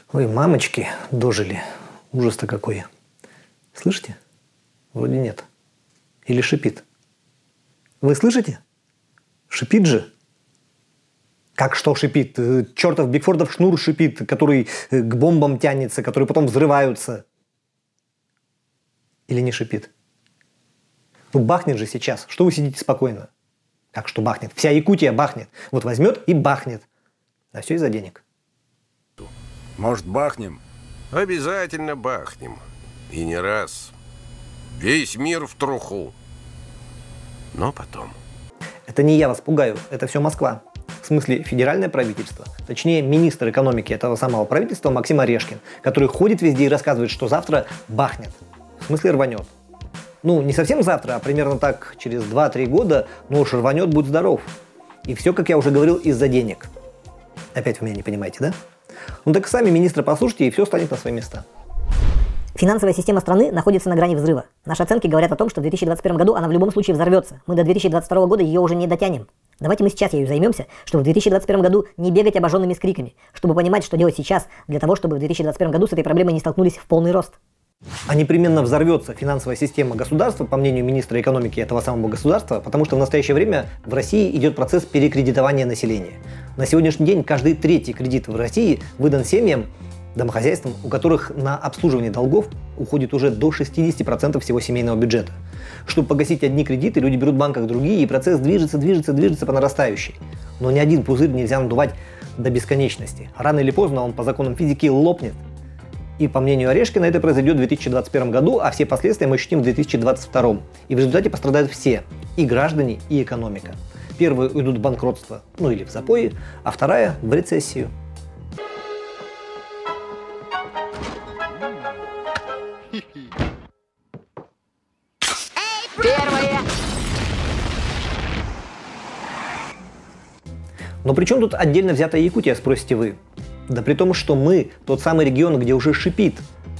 Ой, мамочки дожили. Ужас-то какой. Слышите? Вроде нет. Или шипит. Вы слышите? Шипит же. Как что шипит? Чертов Бигфордов шнур шипит, который к бомбам тянется, которые потом взрываются. Или не шипит? Ну бахнет же сейчас. Что вы сидите спокойно? Как что бахнет? Вся Якутия бахнет. Вот возьмет и бахнет. А все из-за денег. Может, бахнем? Обязательно бахнем. И не раз. Весь мир в труху. Но потом. Это не я вас пугаю, это все Москва. В смысле, федеральное правительство. Точнее, министр экономики этого самого правительства Максим Орешкин, который ходит везде и рассказывает, что завтра бахнет. В смысле, рванет. Ну, не совсем завтра, а примерно так, через 2-3 года, но уж рванет, будь здоров. И все, как я уже говорил, из-за денег. Опять вы меня не понимаете, да? Ну так сами министры послушайте, и все станет на свои места. Финансовая система страны находится на грани взрыва. Наши оценки говорят о том, что в 2021 году она в любом случае взорвется. Мы до 2022 года ее уже не дотянем. Давайте мы сейчас ею займемся, чтобы в 2021 году не бегать обожженными с криками, чтобы понимать, что делать сейчас, для того, чтобы в 2021 году с этой проблемой не столкнулись в полный рост. А непременно взорвется финансовая система государства, по мнению министра экономики этого самого государства, потому что в настоящее время в России идет процесс перекредитования населения. На сегодняшний день каждый третий кредит в России выдан семьям, домохозяйствам, у которых на обслуживание долгов уходит уже до 60% всего семейного бюджета. Чтобы погасить одни кредиты, люди берут в банках другие, и процесс движется по нарастающей. Но ни один пузырь нельзя надувать до бесконечности. Рано или поздно он по законам физики лопнет. И по мнению Орешкина, это произойдет в 2021 году, а все последствия мы ощутим в 2022. И в результате пострадают все – и граждане, и экономика. Первые уйдут в банкротство, ну или в запои, а вторая – в рецессию. Первое. Но при чем тут отдельно взятая Якутия, спросите вы? Да при том, что мы тот самый регион, где уже шипит.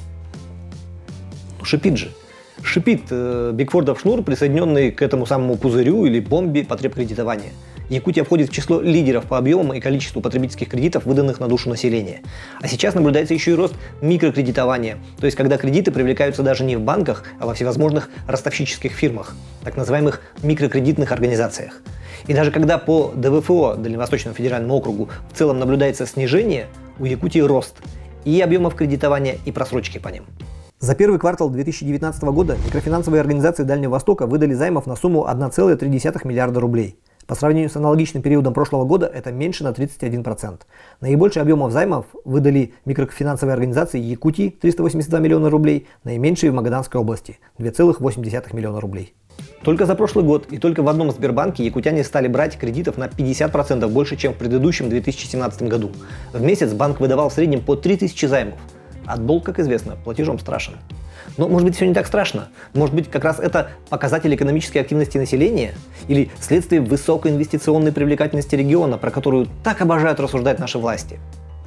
Шипит же. Шипит Бигфордов шнур, присоединенный к этому самому пузырю или бомбе потребкредитования. Якутия входит в число лидеров по объемам и количеству потребительских кредитов, выданных на душу населения. А сейчас наблюдается еще и рост микрокредитования, то есть когда кредиты привлекаются даже не в банках, а во всевозможных ростовщических фирмах, так называемых микрокредитных организациях. И даже когда по ДВФО, Дальневосточному федеральному округу, в целом наблюдается снижение, у Якутии рост и объемов кредитования, и просрочки по ним. За первый квартал 2019 года микрофинансовые организации Дальнего Востока выдали займов на сумму 1,3 миллиарда рублей. По сравнению с аналогичным периодом прошлого года это меньше на 31%. Наибольший объемов займов выдали микрофинансовые организации Якутии 382 миллиона рублей, наименьшие в Магаданской области 2,8 миллиона рублей. Только за прошлый год и только в одном Сбербанке якутяне стали брать кредитов на 50% больше, чем в предыдущем 2017 году. В месяц банк выдавал в среднем по 3000 займов. А долг, как известно, платежом страшен. Но может быть все не так страшно. Может быть как раз это показатель экономической активности населения или следствие высокой инвестиционной привлекательности региона, про которую так обожают рассуждать наши власти.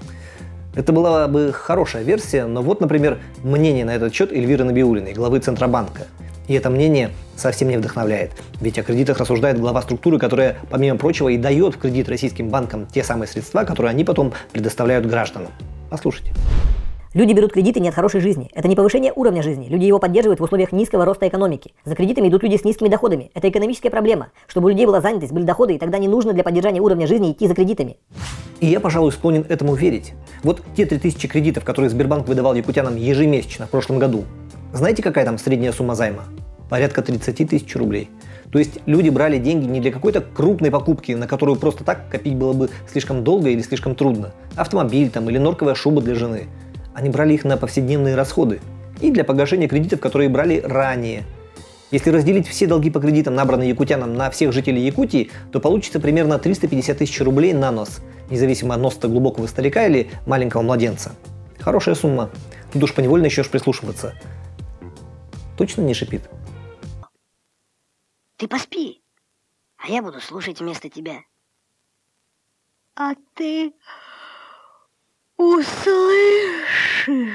Это была бы хорошая версия, но вот, например, мнение на этот счет Эльвиры Набиуллиной, главы Центробанка. И это мнение совсем не вдохновляет. Ведь о кредитах рассуждает глава структуры, которая, помимо прочего, и дает в кредит российским банкам те самые средства, которые они потом предоставляют гражданам. Послушайте. Люди берут кредиты не от хорошей жизни. Это не повышение уровня жизни. Люди его поддерживают в условиях низкого роста экономики. За кредитами идут люди с низкими доходами. Это экономическая проблема. Чтобы у людей была занятость, были доходы, и тогда не нужно для поддержания уровня жизни идти за кредитами. И я, пожалуй, склонен этому верить. Вот те 3000 кредитов, которые Сбербанк выдавал якутянам ежемесячно в прошлом году. Знаете, какая там средняя сумма займа? Порядка 30 тысяч рублей. То есть люди брали деньги не для какой-то крупной покупки, на которую просто так копить было бы слишком долго или слишком трудно. Автомобиль там или норковая шуба для жены. Они брали их на повседневные расходы и для погашения кредитов, которые брали ранее. Если разделить все долги по кредитам, набранные якутянам, на всех жителей Якутии, то получится примерно 350 тысяч рублей на нос, независимо от носа глубокого старика или маленького младенца. Хорошая сумма. Тут уж поневольно еще прислушиваться. Точно не шипит? Ты поспи, а я буду слушать вместо тебя. А ты услышишь.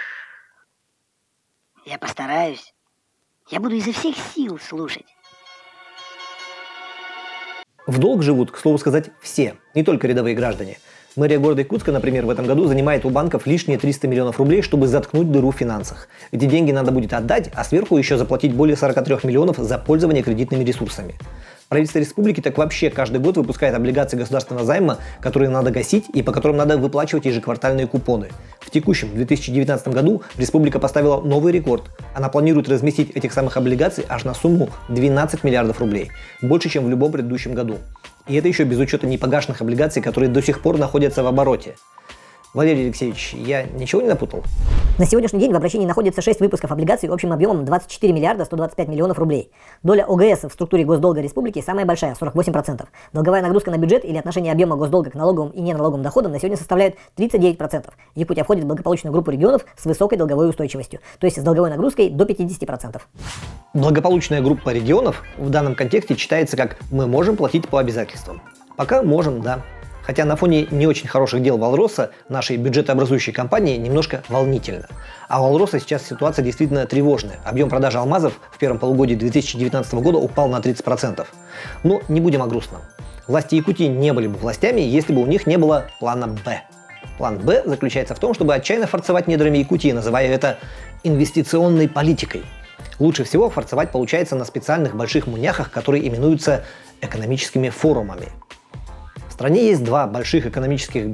Я постараюсь. Я буду изо всех сил слушать. В долг живут, к слову сказать, все, не только рядовые граждане. Мэрия города Якутска, например, в этом году занимает у банков лишние 300 миллионов рублей, чтобы заткнуть дыру в финансах. Эти деньги надо будет отдать, а сверху еще заплатить более 43 миллионов за пользование кредитными ресурсами. Правительство республики так вообще каждый год выпускает облигации государственного займа, которые надо гасить и по которым надо выплачивать ежеквартальные купоны. В текущем 2019 году республика поставила новый рекорд. Она планирует разместить этих самых облигаций аж на сумму 12 миллиардов рублей. Больше, чем в любом предыдущем году. И это еще без учета непогашенных облигаций, которые до сих пор находятся в обороте. Валерий Алексеевич, я ничего не напутал? На сегодняшний день в обращении находится 6 выпусков облигаций общим объемом 24 миллиарда 125 миллионов рублей. Доля ОГС в структуре госдолга республики самая большая – 48%. Долговая нагрузка на бюджет или отношение объема госдолга к налоговым и неналоговым доходам на сегодня составляет 39%. Якутия входит в благополучную группу регионов с высокой долговой устойчивостью, то есть с долговой нагрузкой до 50%. Благополучная группа регионов в данном контексте читается как «мы можем платить по обязательствам». Пока можем, да. Хотя на фоне не очень хороших дел Валроса, нашей бюджетообразующей компании, немножко волнительно. А у Валроса сейчас ситуация действительно тревожная. Объем продажи алмазов в первом полугодии 2019 года упал на 30%. Но не будем о грустном. Власти Якутии не были бы властями, если бы у них не было плана «Б». План «Б» заключается в том, чтобы отчаянно форцевать недрами Якутии, называя это инвестиционной политикой. Лучше всего форцевать получается на специальных больших муняхах, которые именуются экономическими форумами. В стране есть два больших экономических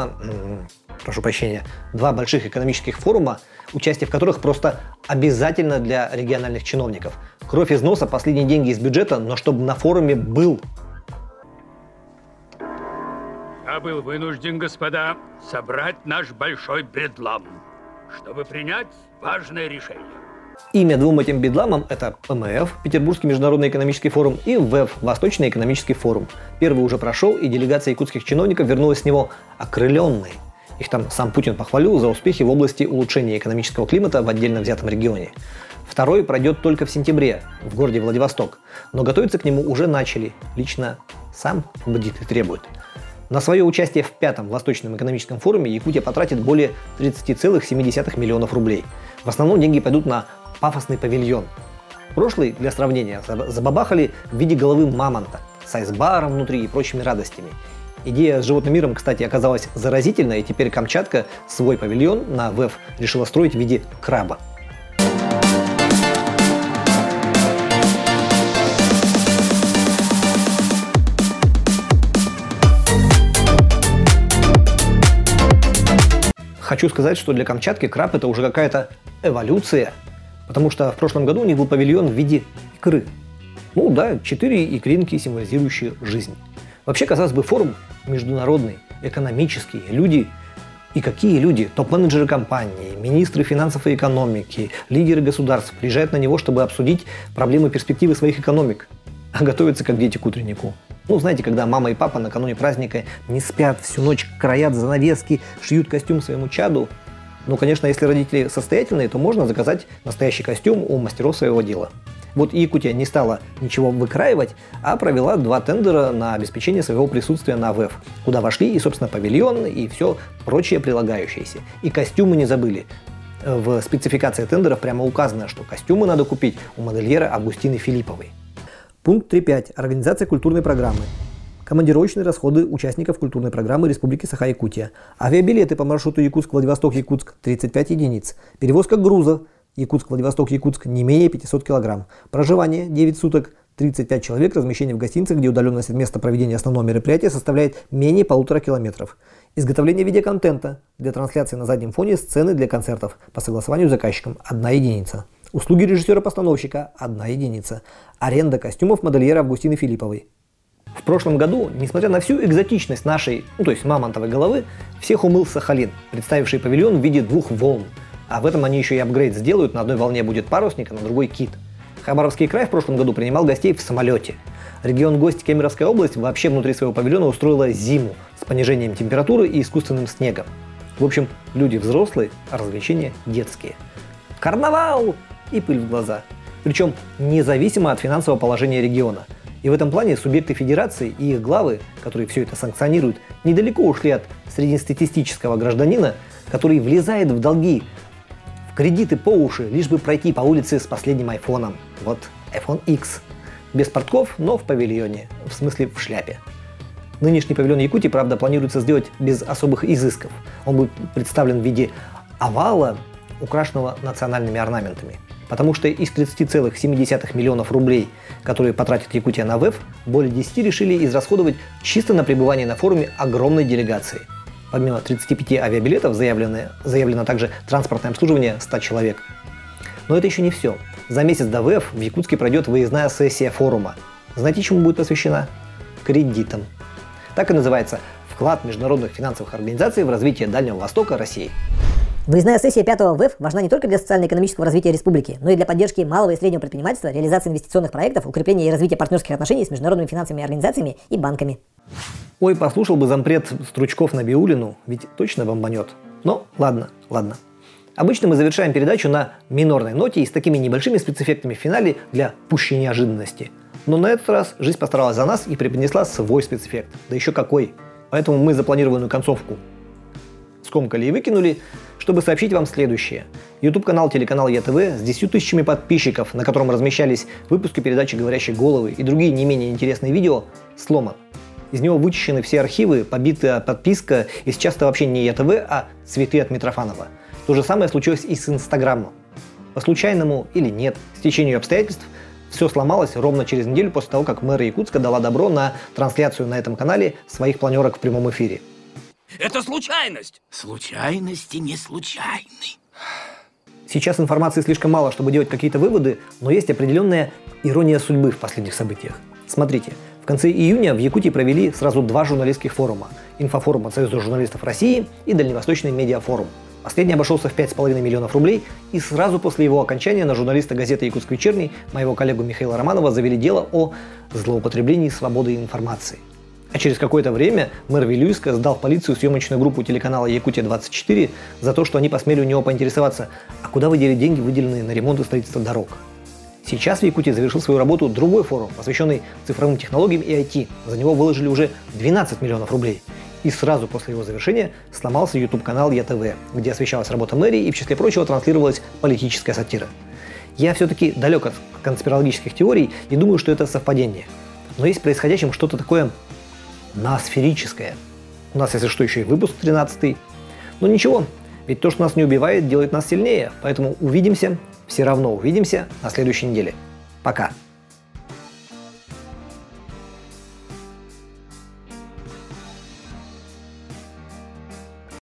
два больших экономических форума, участие в которых просто обязательно для региональных чиновников. Кровь из носа, последние деньги из бюджета, но чтобы на форуме был. Я был вынужден, господа, собрать наш большой бедлам, чтобы принять важное решение. Имя двум этим бедламам – это ПМФ, Петербургский международный экономический форум, и ВЭФ, Восточный экономический форум. Первый уже прошел, и делегация якутских чиновников вернулась с него окрыленной. Их там сам Путин похвалил за успехи в области улучшения экономического климата в отдельно взятом регионе. Второй пройдет только в сентябре в городе Владивосток, но готовиться к нему уже начали. Лично сам бдит и требует. На свое участие в пятом Восточном экономическом форуме Якутия потратит более 30,7 миллионов рублей. В основном деньги пойдут на пафосный павильон. Прошлый, для сравнения, забабахали в виде головы мамонта с айсбаром внутри и прочими радостями. Идея с животным миром, кстати, оказалась заразительной, и теперь Камчатка свой павильон на ВЭФ решила строить в виде краба. Хочу сказать, что для Камчатки краб – это уже какая-то эволюция, потому что в прошлом году у них был павильон в виде икры. Ну да, 4 икринки, символизирующие жизнь. Вообще, казалось бы, форум международный, экономический, люди. И какие люди? Топ-менеджеры компаний, министры финансов и экономики, лидеры государств приезжают на него, чтобы обсудить проблемы и перспективы своих экономик. А готовятся как дети к утреннику. Ну, знаете, когда мама и папа накануне праздника не спят, всю ночь краят занавески, шьют костюм своему чаду. Ну, конечно, если родители состоятельные, то можно заказать настоящий костюм у мастеров своего дела. Вот и Якутия не стала ничего выкраивать, а провела 2 тендера на обеспечение своего присутствия на ВЭФ, куда вошли и, собственно, павильон, и все прочее прилагающееся. И костюмы не забыли. В спецификации тендеров прямо указано, что костюмы надо купить у модельера Августины Филипповой. Пункт 3.5. Организация культурной программы. Командировочные расходы участников культурной программы Республики Саха-Якутия. Авиабилеты по маршруту Якутск-Владивосток-Якутск 35 единиц. Перевозка грузов Якутск-Владивосток-Якутск не менее 500 кг. Проживание 9 суток, 35 человек, размещение в гостиницах, где удаленность от места проведения основного мероприятия составляет менее 1,5 километров. Изготовление видеоконтента для трансляции на заднем фоне сцены для концертов по согласованию с заказчиком 1 единица. Услуги режиссера-постановщика 1 единица. Аренда костюмов модельера Августины Филипповой. В прошлом году, несмотря на всю экзотичность нашей, то есть мамонтовой головы, всех умыл Сахалин, представивший павильон в виде 2 волн. А в этом они еще и апгрейд сделают, на одной волне будет парусник, а на другой кит. Хабаровский край в прошлом году принимал гостей в самолете. Регион-гость Кемеровская область вообще внутри своего павильона устроила зиму с понижением температуры и искусственным снегом. В общем, люди взрослые, а развлечения детские. Карнавал! И пыль в глаза. Причем независимо от финансового положения региона. И в этом плане субъекты федерации и их главы, которые все это санкционируют, недалеко ушли от среднестатистического гражданина, который влезает в долги, в кредиты по уши, лишь бы пройти по улице с последним айфоном. Вот iPhone X. Без портков, но в павильоне. В смысле в шляпе. Нынешний павильон Якутии, правда, планируется сделать без особых изысков. Он будет представлен в виде овала, украшенного национальными орнаментами. Потому что из 30,7 миллионов рублей, которые потратит Якутия на ВЭФ, более 10 решили израсходовать чисто на пребывание на форуме огромной делегации. Помимо 35 авиабилетов заявлено также транспортное обслуживание 100 человек. Но это еще не все. За месяц до ВЭФ в Якутске пройдет выездная сессия форума. Знаете, чему будет посвящена? Кредитам. Так и называется «Вклад международных финансовых организаций в развитие Дальнего Востока России». Выездная сессия 5-го ВЭФ важна не только для социально-экономического развития республики, но и для поддержки малого и среднего предпринимательства, реализации инвестиционных проектов, укрепления и развития партнерских отношений с международными финансовыми организациями и банками. Ой, послушал бы зампред Стручков Набиуллину, ведь точно бомбанет. Но ладно. Обычно мы завершаем передачу на минорной ноте и с такими небольшими спецэффектами в финале для пущей неожиданности. Но на этот раз жизнь постаралась за нас и преподнесла свой спецэффект. Да еще какой. Поэтому мы запланированную концовку скомкали и выкинули, чтобы сообщить вам следующее. YouTube-канал телеканал ЯТВ с 10 тысячами подписчиков, на котором размещались выпуски передачи «Говорящие головы» и другие не менее интересные видео, сломан. Из него вычищены все архивы, побита подписка, и сейчас это вообще не ЯТВ, а цветы от Митрофанова. То же самое случилось и с Инстаграмом. По случайному или нет, стечению обстоятельств, все сломалось ровно через неделю после того, как мэр Якутска дала добро на трансляцию на этом канале своих планерок в прямом эфире. Это случайность! Случайности не случайны. Сейчас информации слишком мало, чтобы делать какие-то выводы, но есть определенная ирония судьбы в последних событиях. Смотрите, в конце июня в Якутии провели сразу 2 журналистских форума. Инфофорум от Союза журналистов России и Дальневосточный медиафорум. Последний обошелся в 5,5 миллионов рублей, и сразу после его окончания на журналиста газеты «Якутск вечерний», моего коллегу Михаила Романова, завели дело о злоупотреблении свободой информации. А через какое-то время мэр Вилюйска сдал в полицию съемочную группу телеканала «Якутия-24» за то, что они посмели у него поинтересоваться, а куда вы дели деньги, выделенные на ремонт и строительство дорог. Сейчас в Якутии завершил свою работу другой форум, посвященный цифровым технологиям и IT. За него выложили уже 12 миллионов рублей. И сразу после его завершения сломался YouTube-канал ЯТВ, где освещалась работа мэрии и, в числе прочего, транслировалась политическая сатира. Я все-таки далек от конспирологических теорий и думаю, что это совпадение. Но есть в происходящем что-то такое ноосферическое. У нас, если что, еще и выпуск 13-й. Но ничего, ведь то, что нас не убивает, делает нас сильнее. Поэтому увидимся, все равно увидимся на следующей неделе. Пока.